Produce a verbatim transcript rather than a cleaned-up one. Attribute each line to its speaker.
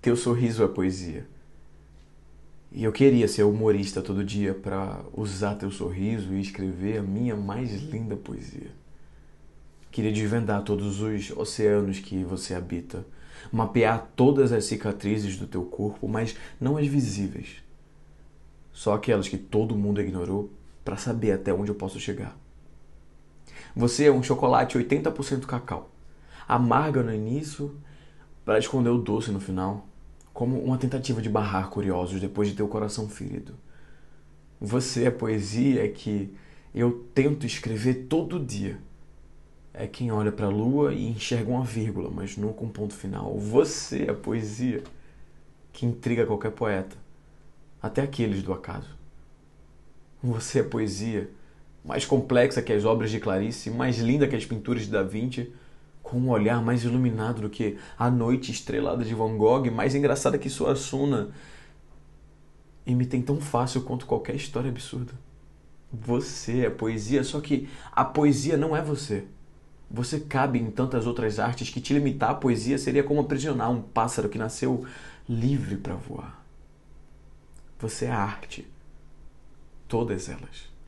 Speaker 1: Teu sorriso é poesia. E eu queria ser humorista todo dia para usar teu sorriso e escrever a minha mais linda poesia. Queria desvendar todos os oceanos que você habita, mapear todas as cicatrizes do teu corpo, mas não as visíveis. Só aquelas que todo mundo ignorou para saber até onde eu posso chegar. Você é um chocolate oitenta por cento cacau, amarga no início para esconder o doce no final, como uma tentativa de barrar curiosos depois de ter o coração ferido. Você é poesia que eu tento escrever todo dia. É quem olha para a lua e enxerga uma vírgula, mas nunca um ponto final. Você é poesia que intriga qualquer poeta, até aqueles do acaso. Você é poesia mais complexa que as obras de Clarice, mais linda que as pinturas de Da Vinci, com um olhar mais iluminado do que a noite estrelada de Van Gogh, mais engraçada que Suassuna, e me tem tão fácil quanto qualquer história absurda. Você é poesia, só que a poesia não é você. Você cabe em tantas outras artes que te limitar à poesia seria como aprisionar um pássaro que nasceu livre para voar. Você é arte. Todas elas.